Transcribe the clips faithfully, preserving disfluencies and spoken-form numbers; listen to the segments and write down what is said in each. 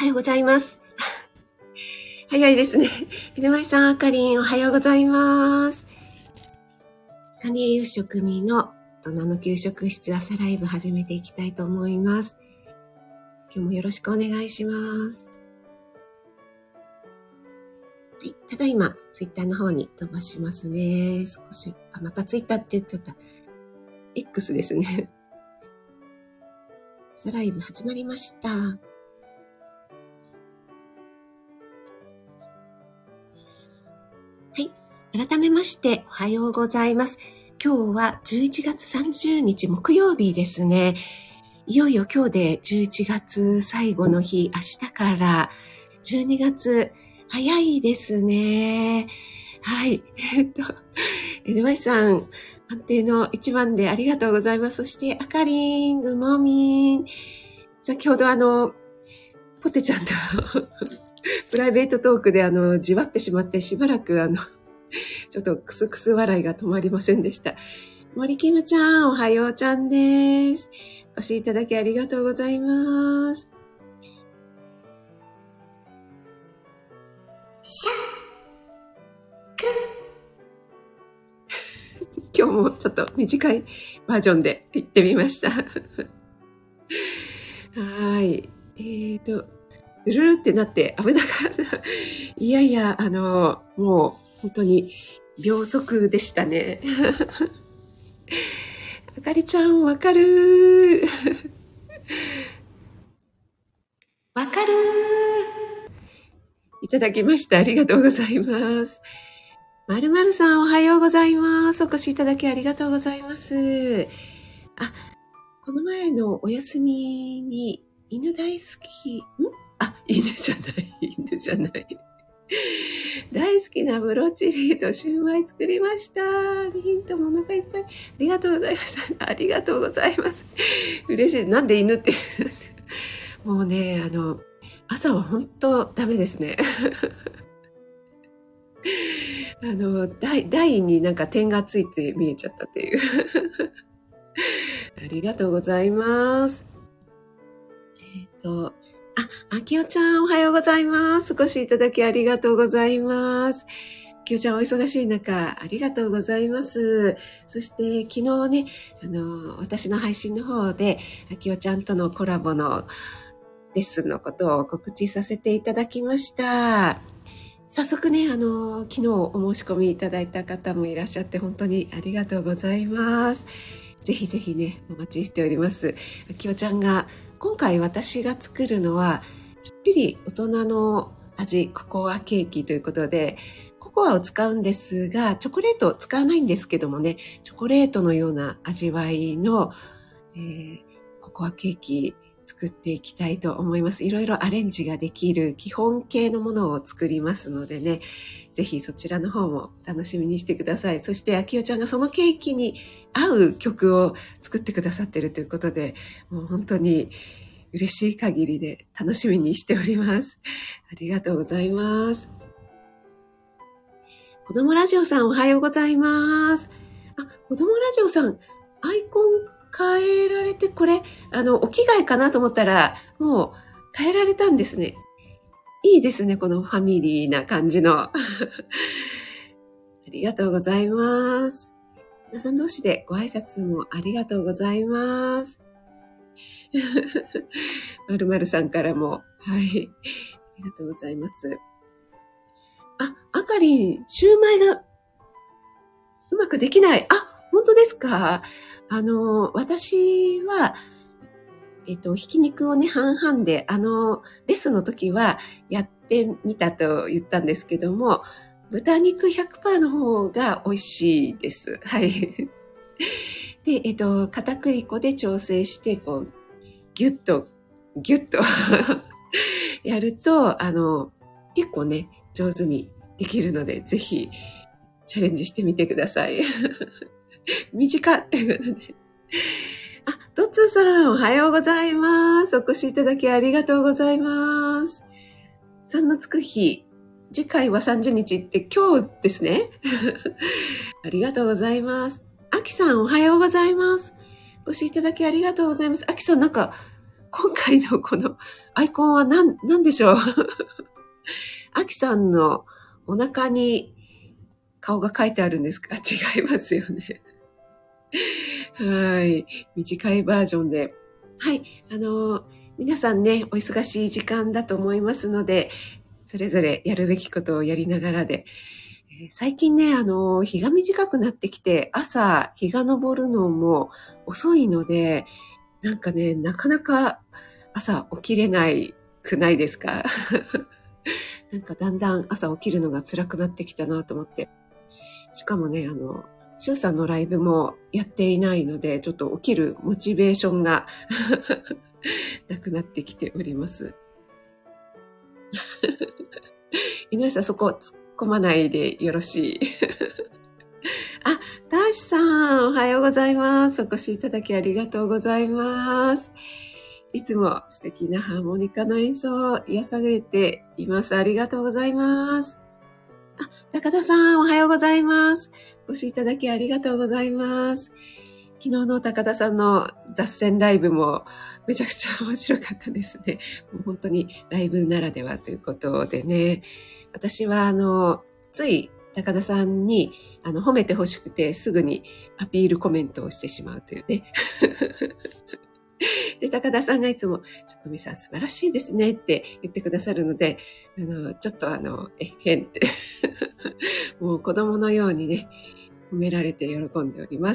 はようございます。早いですね。ひでまいさん、あかりん、おはようございます。管理栄養士食味の大人の給食室朝ライブ始めていきたいと思います。今日もよろしくお願いします。はい、ただいま、ツイッターの方に飛ばしますね。少し、あ、またツイッターって言っちゃった。X ですね。朝ライブ始まりました。はい。改めまして、おはようございます。今日はじゅういちがつさんじゅうにち木曜日ですね。いよいよ今日でじゅういちがつ最後の日、明日からじゅうにがつ、早いですね。はい。えっと、エヌワイさん、判定の一番でありがとうございます。そして、あかりん、ぐもみん。先ほどあの、ポテちゃんとプライベートトークであの、じわってしまってしばらくあの、ちょっとクスクス笑いが止まりませんでした。森キムちゃん、おはようちゃんです。お越しいただきありがとうございます。シャック今日もちょっと短いバージョンで言ってみました。はい。えーと、ドゥルルってなって危なかった。いやいや、あの、もう本当に秒速でしたね。あかりちゃん、わかるわかるいただきました。ありがとうございます。まるまるさん、おはようございます。お越しいただきありがとうございます。あ、この前のお休みに犬大好き、んあ、犬じゃない、犬じゃない。大好きなブロチリーとシューマイ作りました。ヒントもお腹いっぱい。ありがとうございました。ありがとうございます。嬉しい。なんで犬ってもうね、あの、朝は本当ダメですね。あの、台、台になんか点がついて見えちゃったっていう。ありがとうございます。えっと、あ、あきおちゃんおはようございます。お越しいただきありがとうございます。あきおちゃんお忙しい中、ありがとうございます。そして昨日ね、あの、私の配信の方で、あきおちゃんとのコラボのレッスンのことを告知させていただきました。早速ね、あの、昨日お申し込みいただいた方もいらっしゃって本当にありがとうございます。ぜひぜひね、お待ちしております。あきおちゃんが、今回私が作るのは、ちょっぴり大人の味、ココアケーキということで、ココアを使うんですが、チョコレートを使わないんですけどもね、チョコレートのような味わいの、えー、ココアケーキ、作っていきたいと思います。いろいろアレンジができる基本形のものを作りますのでね、ぜひそちらの方も楽しみにしてください。そしてあきおちゃんがそのケーキに合う曲を作ってくださっているということで、もう本当に嬉しい限りで楽しみにしております。ありがとうございます。子供ラジオさんおはようございます。あ、子供ラジオさん、アイコン変えられて、これ、あの、お着替えかなと思ったら、もう変えられたんですね。いいですね、このファミリーな感じの。ありがとうございます。皆さん同士でご挨拶もありがとうございます。まるまるさんからも、はい。ありがとうございます。あ、あかりん、シューマイがうまくできない。あ、本当ですか？あの、私は、えっと、ひき肉をね、半々で、あの、レッスンの時はやってみたと言ったんですけども、豚肉 ひゃくパーセント の方が美味しいです。はい。で、えっと、片栗粉で調整して、こう、ギュッと、ギュッとやると、あの、結構ね、上手にできるので、ぜひ、チャレンジしてみてください。短っていうことで。あ、トッツーさん、おはようございます。お越しいただきありがとうございます。さんのつく日、次回はさんじゅうにちって今日ですね。ありがとうございます。あきさん、おはようございます。お越しいただきありがとうございます。あきさん、なんか、 今回のこのアイコンは何、何でしょう。アキさんのお腹に顔が書いてあるんですか？違いますよね。はい。短いバージョンで。はい。あの、皆さんね、お忙しい時間だと思いますので、それぞれやるべきことをやりながらで、えー最近ね、あの、日が短くなってきて、朝日が昇るのも遅いので、なんかね、なかなか朝起きれないくないですか？なんかだんだん朝起きるのが辛くなってきたなと思って。しかもね、あの、しゅうさんのライブもやっていないので、ちょっと起きるモチベーションがなくなってきております。井上さん、そこ突っ込まないでよろしい。あ、ダーシさん、おはようございます。お越しいただきありがとうございます。いつも素敵なハーモニカの演奏を癒されています。ありがとうございます。あ、高田さん、おはようございます。お越しいただきありがとうございます。昨日の高田さんの脱線ライブもめちゃくちゃ面白かったですね。もう本当にライブならではということでね。私はあの、つい高田さんにあの褒めてほしくてすぐにアピールコメントをしてしまうというね。で、高田さんがいつも、ちょっとみさん素晴らしいですねって言ってくださるので、あの、ちょっとあの、え、変って。もう子供のようにね、褒められて喜んでおります。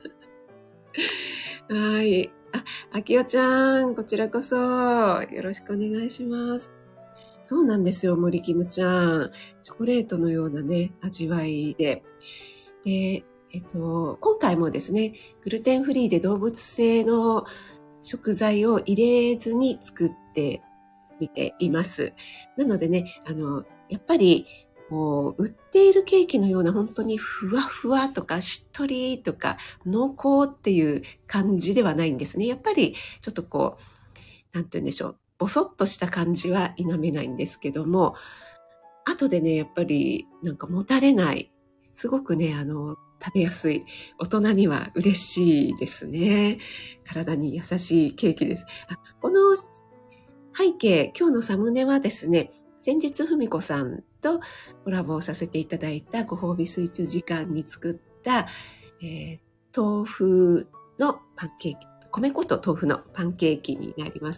はい。あ、あきおちゃん、こちらこそ、よろしくお願いします。そうなんですよ、森キムちゃん。チョコレートのようなね、味わいで。で、えっと、今回もですね、グルテンフリーで動物性の食材を入れずに作ってみています。なのでね、あの、やっぱり、こう、売っているケーキのような本当にふわふわとかしっとりとか濃厚っていう感じではないんですね。やっぱりちょっとこう、なんて言うんでしょう。ぼそっとした感じは否めないんですけども、後でね、やっぱりなんかもたれない。すごくね、あの、食べやすい。大人には嬉しいですね。体に優しいケーキです。あ、この背景、今日のサムネはですね、先日ふみこさんとコラボをさせていただいたご褒美スイーツ時間に作った、えー、豆腐のパンケーキ、米粉と豆腐のパンケーキになります。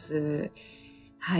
はい。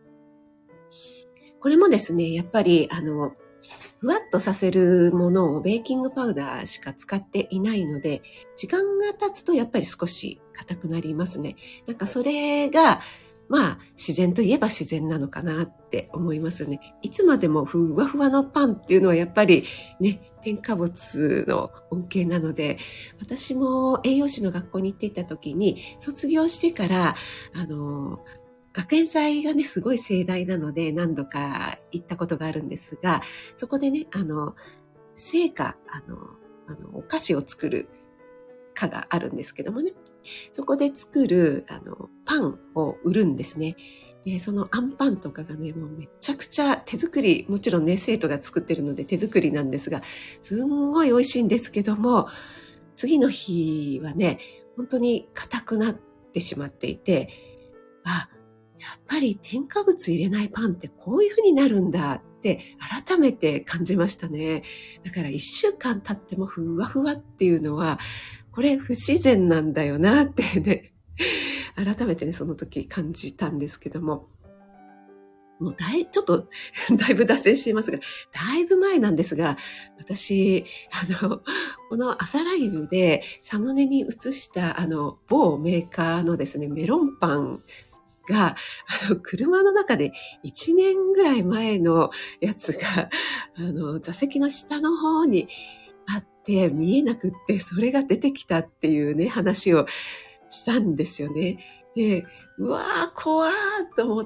これもですね、やっぱり、あの、ふわっとさせるものをベーキングパウダーしか使っていないので、時間が経つとやっぱり少し硬くなりますね。なんかそれが、まあ、自然といえば自然なのかなって思いますね。いつまでもふわふわのパンっていうのはやっぱりね、添加物の恩恵なので、私も栄養士の学校に行っていた時に、卒業してから、あの、学園祭がね、すごい盛大なので何度か行ったことがあるんですが、そこでね、あの、製菓、あの、あの、お菓子を作る課があるんですけどもね、そこで作る、あの、パンを売るんですね。で、そのアンパンとかがね、もうめちゃくちゃ手作り、もちろんね、生徒が作ってるので手作りなんですが、すんごい美味しいんですけども、次の日はね、本当に硬くなってしまっていて、あ、やっぱり添加物入れないパンってこういう風になるんだって改めて感じましたね。だから一週間経ってもふわふわっていうのは、これ不自然なんだよなってね、改めてね、その時感じたんですけども、もうだい、ちょっとだいぶ脱線していますが、だいぶ前なんですが、私、あの、この朝ライブでサムネに映したあの、某メーカーのですね、メロンパンが、あの、車の中でいちねんぐらい前のやつが、あの、座席の下の方にあって見えなくって、それが出てきたっていうね、話をしたんですよね。で、うわー、怖ーと思って、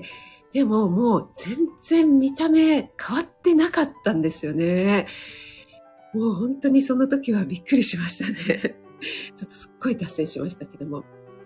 でももう全然見た目変わってなかったんですよね。もう本当にその時はびっくりしましたね。ちょっとすっごい脱線しましたけども。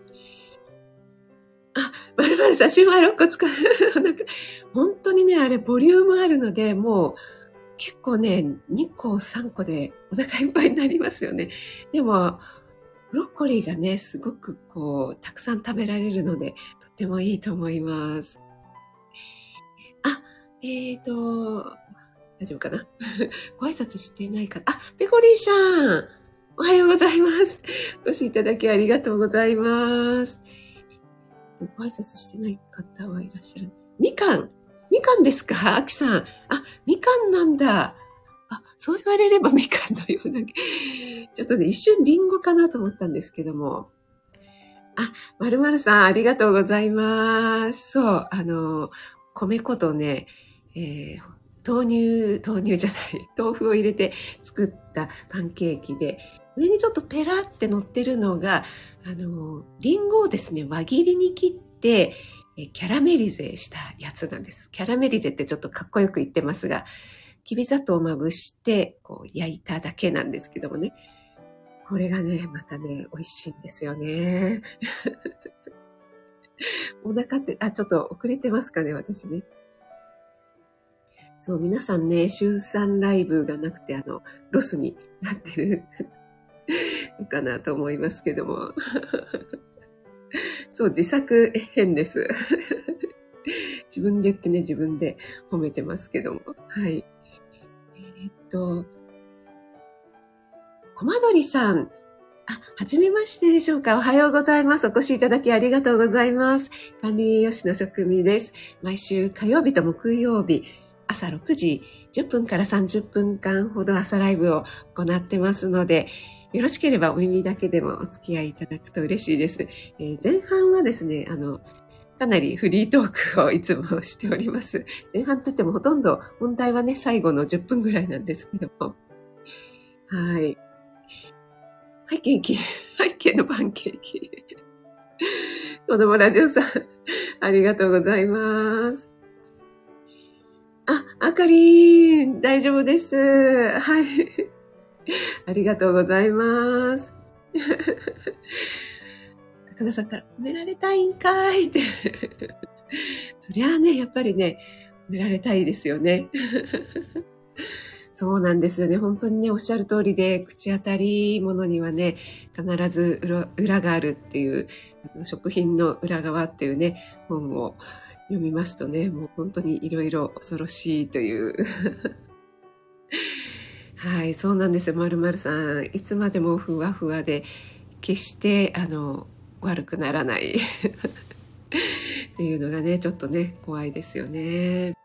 あ、まるまるさん、シューマイろっこ使う。なんか、本当にね、あれ、ボリュームあるので、もう、結構ね、にこさんこでお腹いっぱいになりますよね。でも、 ブロッコリーがね、すごくこう、たくさん食べられるので、とってもいいと思います。あ、えーと、大丈夫かなご挨拶してないか。あ、ペコリーさんおはようございます。お越しいただきありがとうございます。ご挨拶してない方はいらっしゃる。みかんみかんですか？あきさん。あ、みかんなんだ。あ、そう言われればみかんのような。ちょっとね、一瞬リンゴかなと思ったんですけども。あ、まるまるさん、ありがとうございます。そう、あの、米粉とね、えー、豆乳、豆乳じゃない、豆腐を入れて作ったパンケーキで、上にちょっとペラって乗ってるのが、あの、リンゴをですね、輪切りに切って、キャラメリゼしたやつなんです。キャラメリゼってちょっとかっこよく言ってますが、きび砂糖をまぶして、こう焼いただけなんですけどもね。これがね、またね、美味しいんですよね。お腹って、あ、ちょっと遅れてますかね、私ね。そう、皆さんね、週さんライブがなくて、あの、ロスになってるのかなと思いますけども。そう、自作変です。自分で言ってね、自分で褒めてますけども。はい。えー、っと、コマドリさん。あ、はじめましてでしょうか。おはようございます。お越しいただきありがとうございます。管理栄養士の職味です。毎週火曜日と木曜日、朝ろくじじゅっぷんからさんじゅっぷんかんほど朝ライブを行ってますので、よろしければお耳だけでもお付き合いいただくと嬉しいです。えー、前半はですね、あの、かなりフリートークをいつもしております。前半といってもほとんど本題はね、最後のじゅっぷんぐらいなんですけども。はい。はい、元気。背景のパンケーキ。子供ラジオさん、ありがとうございます。あ、あかりん、大丈夫です。はい。ありがとうございます。高田さんから、褒められたいんかいって。そりゃあね、やっぱりね、褒められたいですよね。そうなんですよね。本当にね、おっしゃる通りで、口当たりものにはね、必ず 裏, 裏があるっていう、食品の裏側っていうね、本を読みますとね、もう本当にいろいろ恐ろしいという。はい、そうなんですよ。まるまるさん。いつまでもふわふわで、決して、あの、悪くならないっていうのがね、ちょっとね、怖いですよね。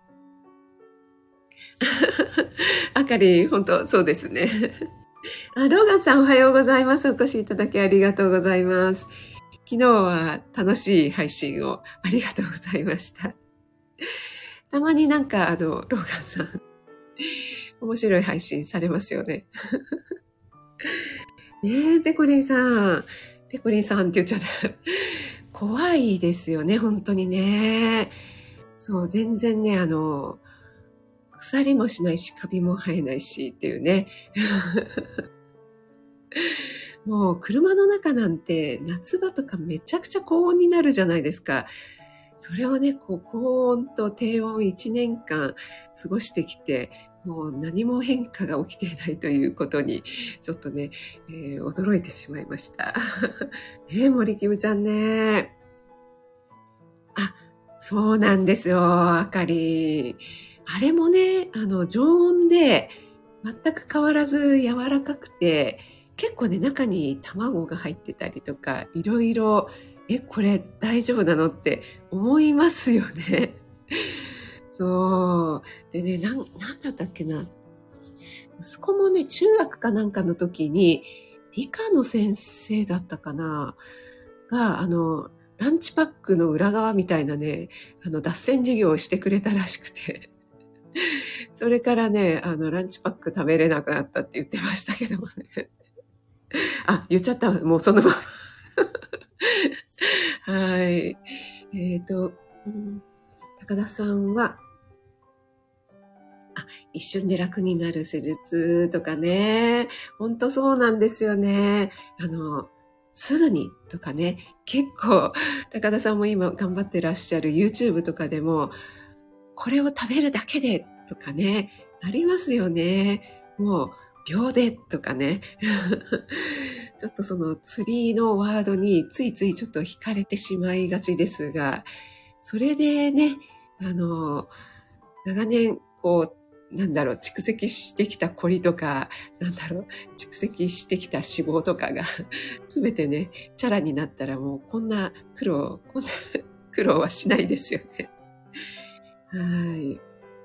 あかり、本当そうですね。あ、ローガンさんおはようございます。お越しいただきありがとうございます。昨日は楽しい配信をありがとうございました。たまになんか、あの、ローガンさん、面白い配信されますよね。ねえ、ペコリンさん。ペコリンさんって言っちゃった。怖いですよね、本当にね。そう、全然ね、あの、腐りもしないし、カビも生えないしっていうね。もう車の中なんて夏場とかめちゃくちゃ高温になるじゃないですか。それをね、こう高温と低温いちねんかん過ごしてきて、もう何も変化が起きていないということに、ちょっとね、えー、驚いてしまいました。ねえ、森キムちゃんね。あ、そうなんですよ、あかり。あれもね、あの、常温で全く変わらず柔らかくて、結構ね、中に卵が入ってたりとか、いろいろ、え、これ大丈夫なのって思いますよね。そう。でね、なん、なんだったっけな。息子もね、中学かなんかの時に、理科の先生だったかな、が、あの、ランチパックの裏側みたいなね、あの、脱線授業をしてくれたらしくて。それからね、あの、ランチパック食べれなくなったって言ってましたけどもね。あ、言っちゃった。もうそのまま。はい。えっと、うん、高田さんは、あ、一瞬で楽になる施術とかね。ほんとそうなんですよね。あの、すぐにとかね。結構、高田さんも今頑張ってらっしゃる YouTube とかでも、これを食べるだけでとかね。ありますよね。もう、秒でとかね。ちちょっとその釣りのワードについついちょっと惹かれてしまいがちですが、それでね、あの、長年、こう、なんだろう、蓄積してきたコリとか、なんだろう、蓄積してきた脂肪とかが、すべてね、チャラになったらもうこんな苦労、こんな苦労はしないですよね。はい。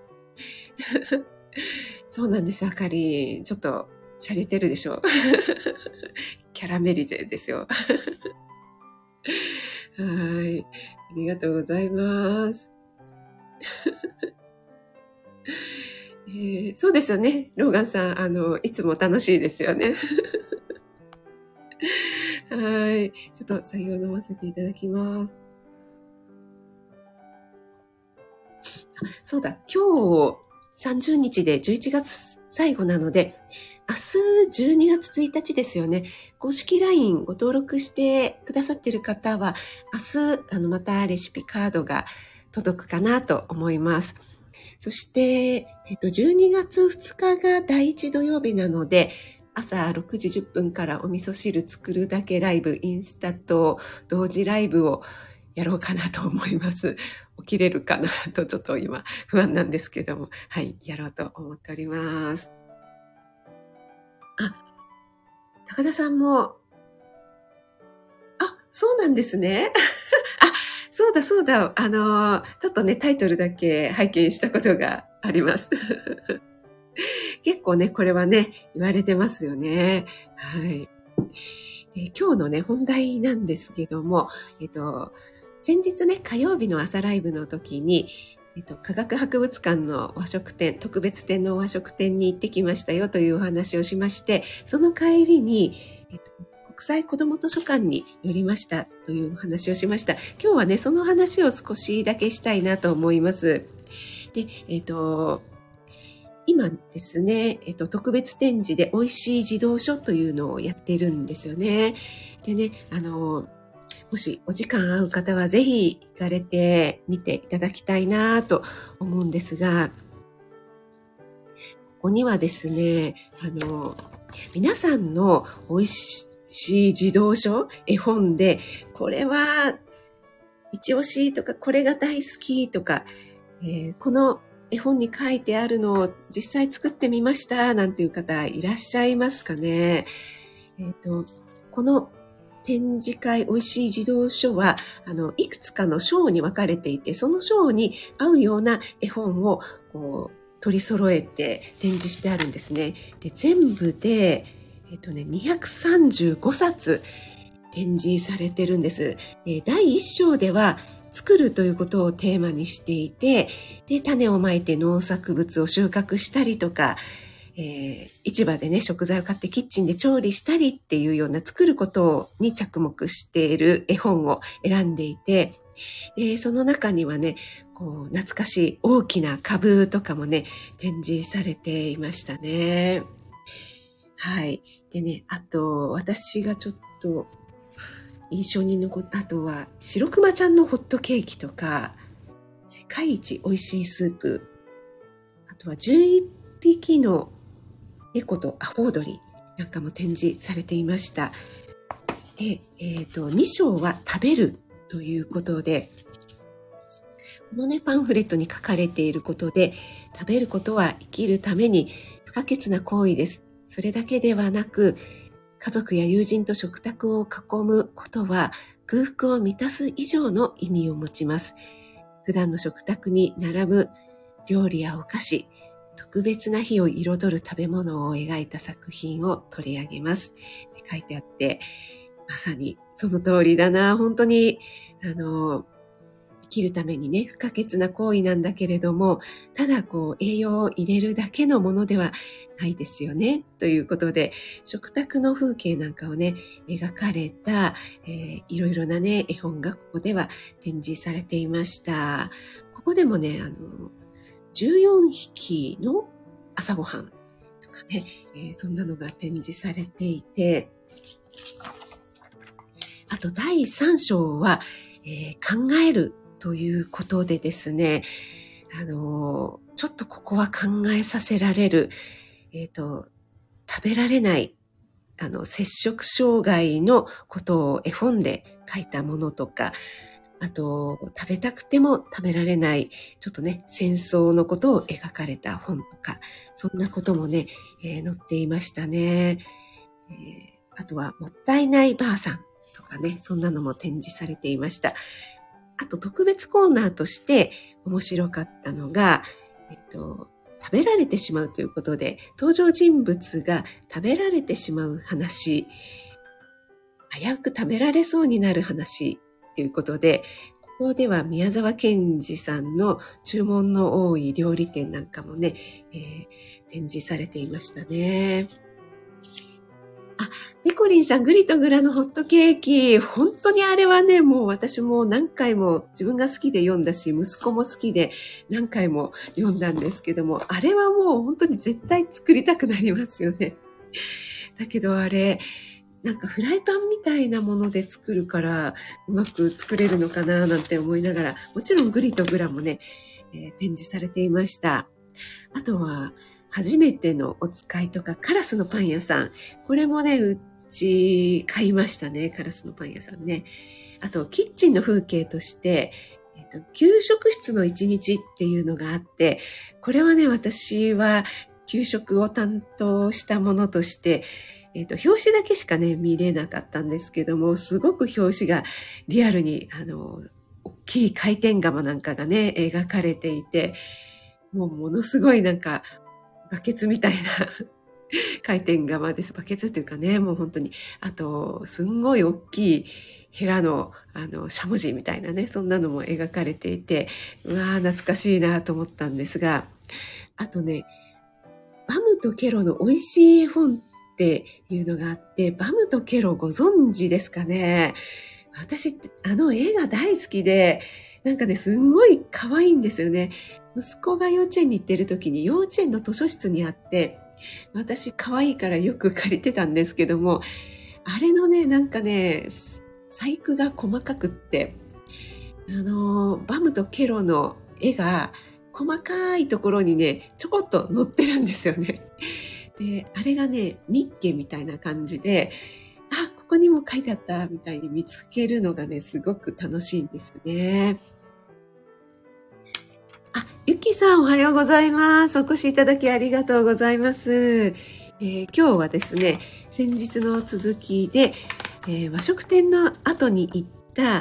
そうなんです、あかり。ちょっと、しゃれてるでしょ。キャラメリゼですよ。はい。ありがとうございます。えー、そうですよね。ローガンさん、あの、いつも楽しいですよね。はい。ちょっと採用飲ませていただきます。そうだ、今日さんじゅうにちでじゅういちがつ最後なので、明日じゅうにがつついたちですよね。公式 ライン ご登録してくださっている方は、明日、あの、またレシピカードが届くかなと思います。そして、えっと、じゅうにがつふつかがだいいち土曜日なので、朝ろくじじゅっぷんからお味噌汁作るだけライブ、インスタと同時ライブをやろうかなと思います。起きれるかなとちょっと今不安なんですけども、はい、やろうと思っております。あ、高田さんも、あ、そうなんですね。あ、そうだそうだ、あの、ちょっとね、タイトルだけ拝見したことがあります。結構ね、これはね、言われてますよね。はい。で今日のね、本題なんですけども、えっと、先日ね、火曜日の朝ライブの時に、えっと、科学博物館の和食店、特別展の和食店に行ってきましたよというお話をしまして、その帰りに、えっと、国際子ども図書館に寄りましたというお話をしました。今日はね、その話を少しだけしたいなと思います。で、えっと、今ですね、えっと、特別展示で美味しい児童書というのをやっているんですよね。でね、あの、もしお時間合う方はぜひ行かれてみていただきたいなと思うんですが、ここにはですね、あの、皆さんの美味しい児童書、絵本で、これは一押しとか、これが大好きとか、えー、この絵本に書いてあるのを実際作ってみましたなんていう方いらっしゃいますかね。えっと、この展示会美味しい児童書は、あの、いくつかの章に分かれていて、その章に合うような絵本をこう取り揃えて展示してあるんですね。で、全部で、えっとね、にひゃくさんじゅうごさつ展示されてるんです。で、だいいっ章では、作るということをテーマにしていて、で、種をまいて農作物を収穫したりとか、えー、市場でね、食材を買ってキッチンで調理したりっていうような作ることに着目している絵本を選んでいて、で、その中にはね、こう、懐かしい大きな株とかもね、展示されていましたね。はい。でね、あと、私がちょっと印象に残った、あとは、白熊ちゃんのホットケーキとか、世界一美味しいスープ、あとはじゅういっぴきの猫とアホウドリなんかも展示されていました。で、えっと、に章は食べるということで、このね、パンフレットに書かれていることで、食べることは生きるために不可欠な行為です。それだけではなく、家族や友人と食卓を囲むことは空腹を満たす以上の意味を持ちます。普段の食卓に並ぶ料理やお菓子、特別な日を彩る食べ物を描いた作品を取り上げます。って書いてあって、まさにその通りだな。本当に、あの、生きるためにね、不可欠な行為なんだけれども、ただこう栄養を入れるだけのものではないですよね。ということで、食卓の風景なんかをね、描かれた、えー、いろいろなね、絵本がここでは展示されていました。ここでもね、あの、じゅうよんひきの朝ごはんとかね、えー、そんなのが展示されていて、あとだいさん章は、えー、考えるということでですね、あのー、ちょっとここは考えさせられる、えっと、食べられない、 あの、摂食障害のことを絵本で書いたものとか、あと、食べたくても食べられない、ちょっとね、戦争のことを描かれた本とか、そんなこともね、えー載っていましたね。えーあとは、もったいないばあさんとかね、そんなのも展示されていました。あと、特別コーナーとして面白かったのが、えっと、食べられてしまうということで、登場人物が食べられてしまう話、危うく食べられそうになる話ということで、ここでは宮沢賢治さんの注文の多い料理店なんかもね、えー展示されていましたね。あ、ニコリンさん、グリとグラのホットケーキ。本当にあれはね、もう私も何回も自分が好きで読んだし、息子も好きで何回も読んだんですけども、あれはもう本当に絶対作りたくなりますよね。だけどあれ、なんかフライパンみたいなもので作るから、うまく作れるのかななんて思いながら、もちろんグリとグラもね、えー展示されていました。あとは、初めてのお使いとか、カラスのパン屋さん。これもね、うち買いましたね、カラスのパン屋さんね。あと、キッチンの風景として、えっと、給食室の一日っていうのがあって、これはね、私は給食を担当したものとして、えっと、表紙だけしかね、見れなかったんですけども、すごく表紙がリアルに、あの、大きい回転釜なんかがね、描かれていて、もうものすごいなんか、バケツみたいな回転釜です。バケツっていうかね、もう本当に。あと、すんごい大きいヘラの、あの、しゃもじみたいなね、そんなのも描かれていて、うわー、懐かしいなと思ったんですが、あとね、バムとケロの美味しい絵本っていうのがあって、バムとケロご存知ですかね？私ってあの絵が大好きで、なんかね、すんごい可愛いんですよね。息子が幼稚園に行ってる時に幼稚園の図書室にあって、私可愛いからよく借りてたんですけども、あれのね、なんかね、細工が細かくって、あの、バムとケロの絵が細かいところにね、ちょこっと載ってるんですよね。で、あれがね、ミッケみたいな感じで、あ、ここにも書いてあったみたいに見つけるのがね、すごく楽しいんですよね。あ、ゆきさんおはようございます。お越しいただきありがとうございます。えー今日はですね、先日の続きで、えー和食店の後に行った、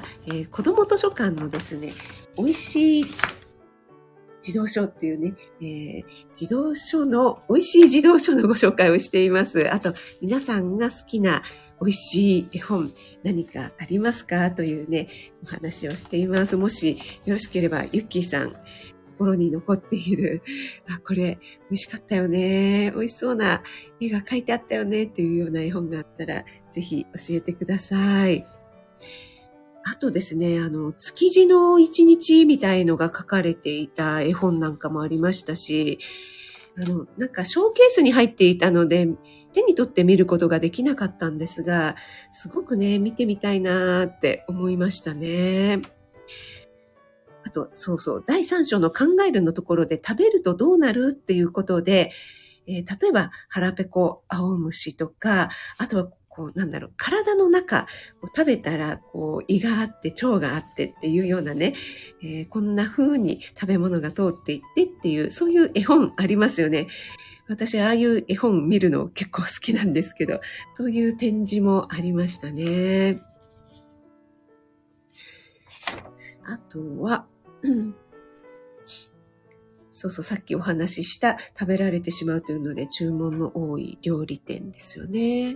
えー子ども図書館のですね、美味しい児童書っていうね、えー児童書の、美味しい児童書のご紹介をしています。あと、皆さんが好きな美味しい絵本、何かありますかというね、お話をしています。もしよろしければ、ゆっきーさん、心に残っている、あ、これ、美味しかったよね。美味しそうな絵が描いてあったよね。っていうような絵本があったら、ぜひ教えてください。あとですね、あの、築地の一日みたいのが書かれていた絵本なんかもありましたし、あの、なんかショーケースに入っていたので、手に取って見ることができなかったんですが、すごくね、見てみたいなーって思いましたね。あと、そうそう、だいさん章の考えるのところで食べるとどうなるっていうことで、えー例えば腹ペコ、青虫とか、あとはこう、なんだろう、体の中、こう食べたらこう胃があって腸があってっていうようなね、えーこんな風に食べ物が通っていってっていう、そういう絵本ありますよね。私、ああいう絵本見るの結構好きなんですけど、そういう展示もありましたね。あとは、うんそうそう、さっきお話しした食べられてしまうというので注文の多い料理店ですよね。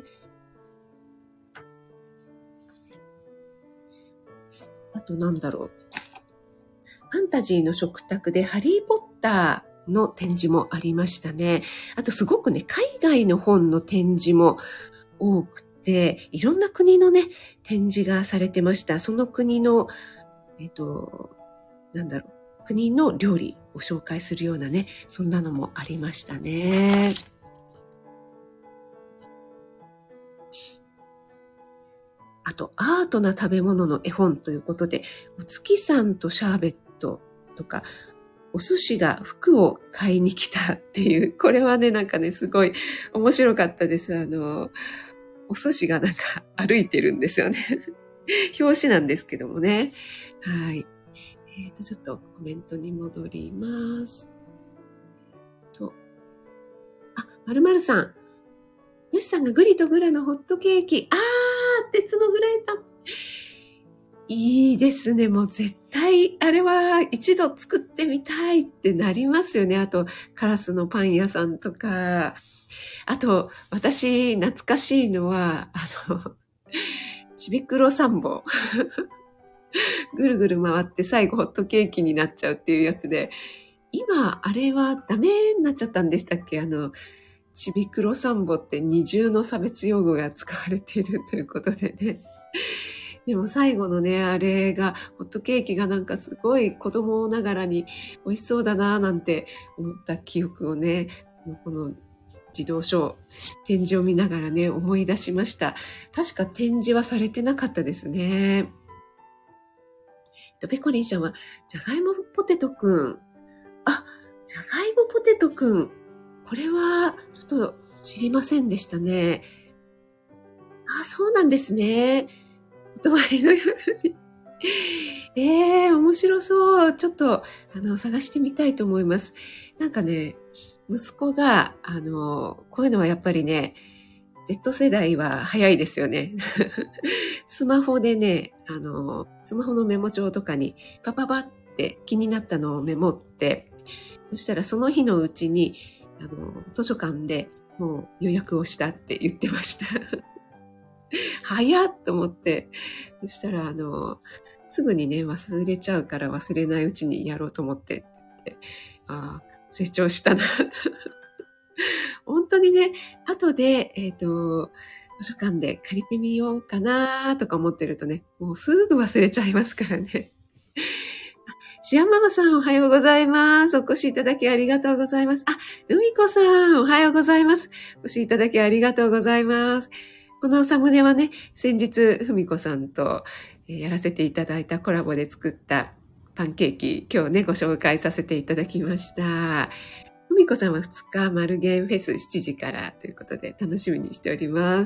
あとなんだろう。ファンタジーの食卓でハリーポッターの展示もありましたね。あとすごくね、海外の本の展示も多くて、いろんな国のね、展示がされてました。その国の、えっと、なんだろう。国の料理を紹介するようなね、そんなのもありましたね。あと、アートな食べ物の絵本ということで、お月さんとシャーベットとか、お寿司が服を買いに来たっていう、これはね、なんかね、すごい面白かったです。あの、 お寿司がなんか歩いてるんですよね。表紙なんですけどもね。はい。えっと、ちょっとコメントに戻ります。と、あ、まるまるさん。よしさんがグリとグラのホットケーキ。あー、鉄のフライパン。いいですね。もう絶対、あれは一度作ってみたいってなりますよね。あと、カラスのパン屋さんとか。あと、私、懐かしいのは、あの、ちびくろサンボ。ぐるぐる回って最後ホットケーキになっちゃうっていうやつで、今、あれはダメになっちゃったんでしたっけ？あの、ちびくろサンボって二重の差別用語が使われているということでね。でも最後のね、あれが、ホットケーキがなんかすごい子供ながらに美味しそうだななんて思った記憶をね、この児童書、展示を見ながらね、思い出しました。確か展示はされてなかったですね。ペコリンちゃんは、じゃがいもポテトくん。あ、じゃがいもポテトくん。これは、ちょっと知りませんでしたね。あ、そうなんですね。お泊まりの夜に。ええー、面白そう。ちょっと、あの、探してみたいと思います。なんかね、息子が、あの、こういうのはやっぱりね、Z 世代は早いですよね。スマホでね、あの、スマホのメモ帳とかにパパパって気になったのをメモって、そしたらその日のうちに、あの、図書館でもう予約をしたって言ってました。早っと思って、そしたら、あの、すぐにね、忘れちゃうから忘れないうちにやろうと思ってって言って、ああ、成長したな。本当にね、後で、えっと、図書館で借りてみようかなとか思ってるとね、もうすぐ忘れちゃいますからね。シアンママさんおはようございます。お越しいただきありがとうございます。あ、ルミコさんおはようございます。お越しいただきありがとうございます。このサムネはね、先日、ふみこさんとやらせていただいたコラボで作ったパンケーキ、今日ね、ご紹介させていただきました。ふみこさんはふつか、マルゲンフェスしちじからということで楽しみにしております。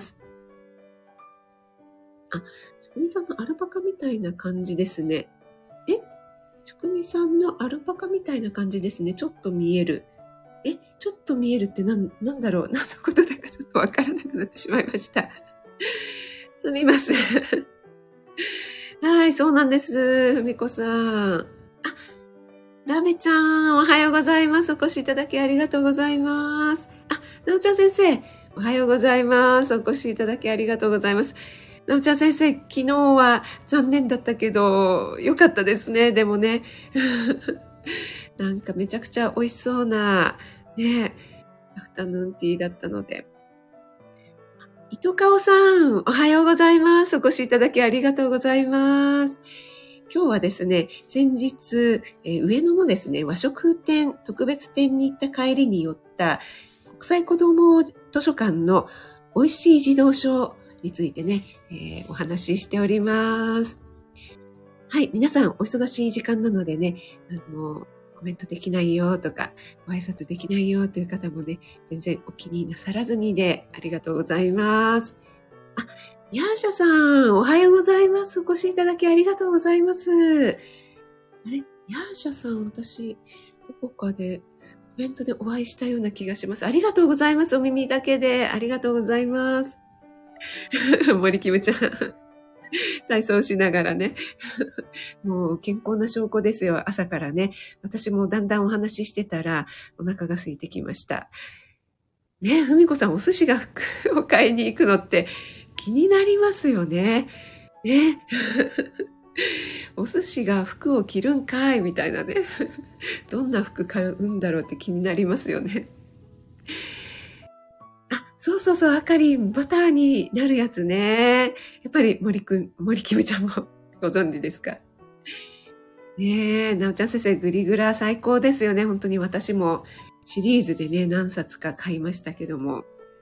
あ、職人さんのアルパカみたいな感じですね。え職人さんのアルパカみたいな感じですね。ちょっと見える。え、ちょっと見えるってなん、なんだろう。何のことだかちょっとわからなくなってしまいました。すみません。はい、そうなんです。ふみこさん。あ、ラメちゃん、おはようございます。お越しいただきありがとうございます。あ、なおちゃん先生、おはようございます。お越しいただきありがとうございます。なおちゃん先生、昨日は残念だったけど、よかったですね。でもね。なんかめちゃくちゃ美味しそうな、ね、アフタヌーンティーだったので。糸川さん、おはようございます。お越しいただきありがとうございます。今日はですね、先日、えー、上野のですね、和食店、特別店に行った帰りに寄った国際子ども図書館の美味しい児童書についてね、えー、お話ししております。はい、皆さんお忙しい時間なのでね、あの、コメントできないよとか、ご挨拶できないよという方もね、全然お気になさらずにでありがとうございます。あ、ヤーシャさん、おはようございます。お越しいただきありがとうございます。あれ、ヤーシャさん、私、どこかで、コメントでお会いしたような気がします。ありがとうございます。お耳だけで。ありがとうございます。森キムちゃん。体操しながらね。もう健康な証拠ですよ。朝からね。私もだんだんお話ししてたらお腹が空いてきました。ねえ、ふみこさんお寿司が服を買いに行くのって気になりますよね。ね。お寿司が服を着るんかいみたいなね。どんな服買うんだろうって気になりますよね。そうそうそう、あかりん、バターになるやつね。やっぱり森くん、森キムちゃんもご存知ですか？ねえ、なおちゃん先生、グリグラ最高ですよね。本当に私もシリーズでね、何冊か買いましたけども。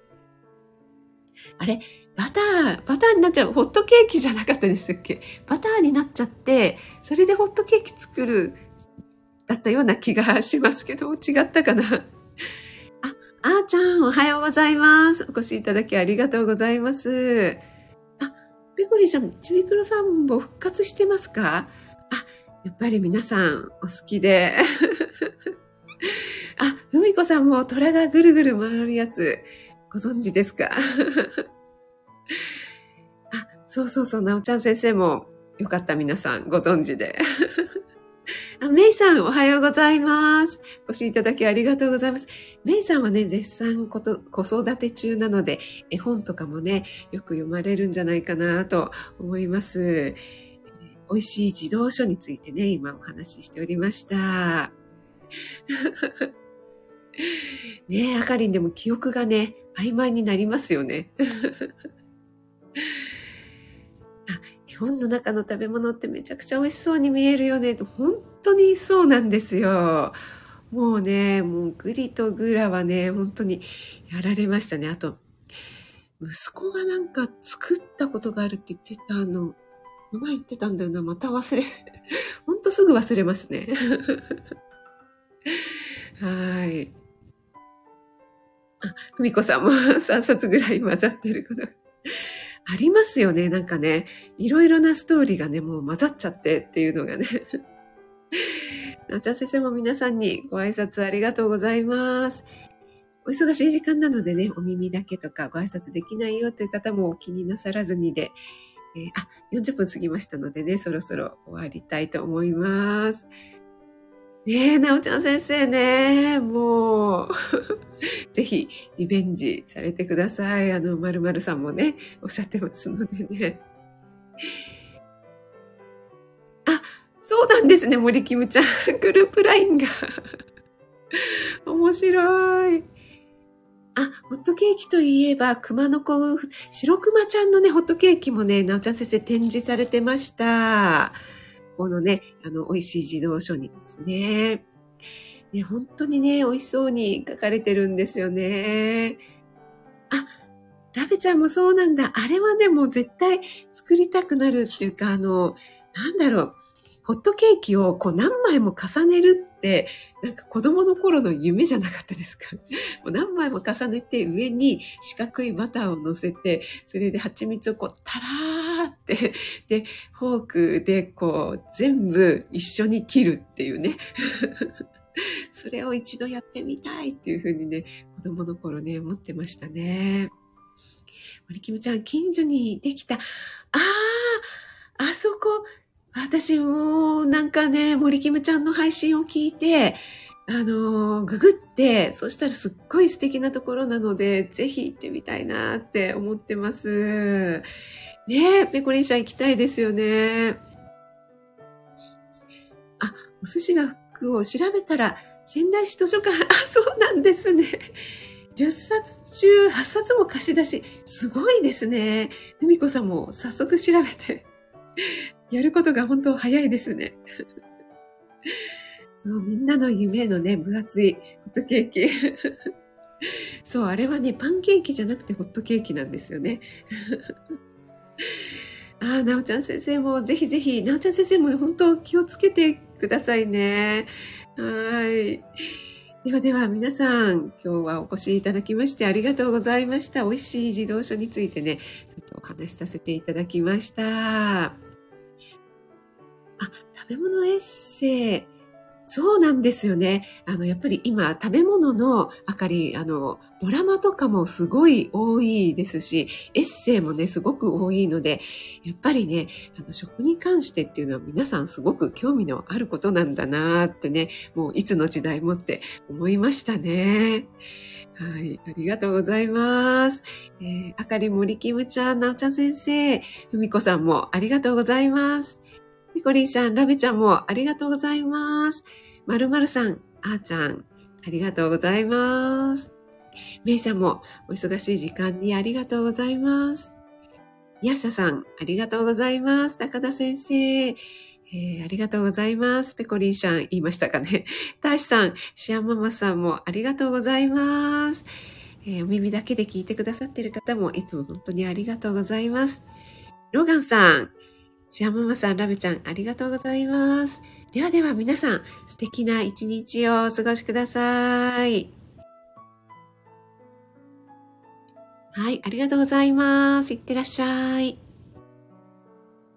あれ、バター、バターになっちゃう、ホットケーキじゃなかったでしたっけ？バターになっちゃって、それでホットケーキ作る、だったような気がしますけど、違ったかな？ あーちゃん、おはようございます。お越しいただきありがとうございます。あ、ペコリンちゃん、ちびくろさんも復活してますか？あ、やっぱり皆さんお好きで。あ、ふみこさんも虎がぐるぐる回るやつ、ご存知ですか？あ、そうそうそう、なおちゃん先生もよかった皆さんご存知で。あ、メイさんおはようございます。お越しいただきありがとうございます。メイさんはね、絶賛こと子育て中なので、絵本とかもね、よく読まれるんじゃないかなと思います。美味しい児童書についてね、今お話ししておりました。ねえ、あかりんでも記憶がね、曖昧になりますよね。あ、絵本の中の食べ物ってめちゃくちゃ美味しそうに見えるよね。本当にそうなんですよ。もうね、もうグリとグラはね、本当にやられましたね。あと、息子がなんか作ったことがあるって言ってたの、前言ってたんだよな。また忘れ、本当すぐ忘れますね。はい。あ、ふみこさんもさんさつぐらい混ざってること。ありますよね。なんかね、いろいろなストーリーがね、もう混ざっちゃってっていうのがね。なおちゃん先生も皆さんにご挨拶ありがとうございます。お忙しい時間なのでね、お耳だけとかご挨拶できないよという方もお気になさらずにで、えー、あ、よんじゅっぷん過ぎましたのでね、そろそろ終わりたいと思います。ねえ、なおちゃん先生ね、もう、ぜひリベンジされてください。あの、まるまるさんもね、おっしゃってますのでね。あ、そうなんですね、森キムちゃん。グループラインが。面白い。あ、ホットケーキといえば、熊の子、白熊ちゃんのね、ホットケーキもね、なおちゃん先生展示されてました。このね、あの、美味しい児童書にですね。ね、本当にね、美味しそうに書かれてるんですよね。あ、ラベちゃんもそうなんだ。あれはでも絶対作りたくなるっていうか、あの、なんだろう。ホットケーキをこう何枚も重ねるって、なんか子供の頃の夢じゃなかったですか？もう何枚も重ねて上に四角いバターを乗せて、それで蜂蜜をこうタラーって、で、フォークでこう全部一緒に切るっていうね。それを一度やってみたいっていうふうにね、子供の頃ね、思ってましたね。森キムちゃん、近所にできた。ああ、あそこ、私もなんかね、森キムちゃんの配信を聞いて、あのー、ググって、そしたらすっごい素敵なところなので、ぜひ行ってみたいなって思ってます。ねえ、ペコリン社行きたいですよね。あ、お寿司が服を調べたら、仙台市図書館、あ、そうなんですね。じゅっさつ中はっさつも貸し出し。すごいですね。ふみこさんも早速調べて。やることが本当早いですね。そう、みんなの夢のね、分厚いホットケーキ。そう、あれはね、パンケーキじゃなくてホットケーキなんですよね。ああ、なおちゃん先生もぜひぜひ、なおちゃん先生も本当気をつけてくださいね。はい。ではでは皆さん、今日はお越しいただきましてありがとうございました。美味しい児童書についてね、ちょっとお話しさせていただきました。あ、食べ物エッセイ。そうなんですよね。あの、やっぱり今、食べ物の、あかり、あの、ドラマとかもすごい多いですし、エッセイもね、すごく多いので、やっぱりね、あの、食に関してっていうのは皆さんすごく興味のあることなんだなってね、もういつの時代もって思いましたね。はい、ありがとうございます。えー、あかり、森キムちゃん、なおちゃん先生、ふみこさんもありがとうございます。みこりんさん、ラベちゃんもありがとうございます。まるまるさん、あーちゃん、ありがとうございます。めいさんもお忙しい時間にありがとうございます。やささん、ありがとうございます。高田先生、えー、ありがとうございます。ペコリンさん、言いましたかね。たしさん、シアママさんもありがとうございます。えー、お耳だけで聞いてくださっている方もいつも本当にありがとうございます。ローガンさん、シアママさん、ラベちゃん、ありがとうございます。ではでは皆さん、素敵な一日をお過ごしください。 はい、ありがとうございます。いってらっしゃい。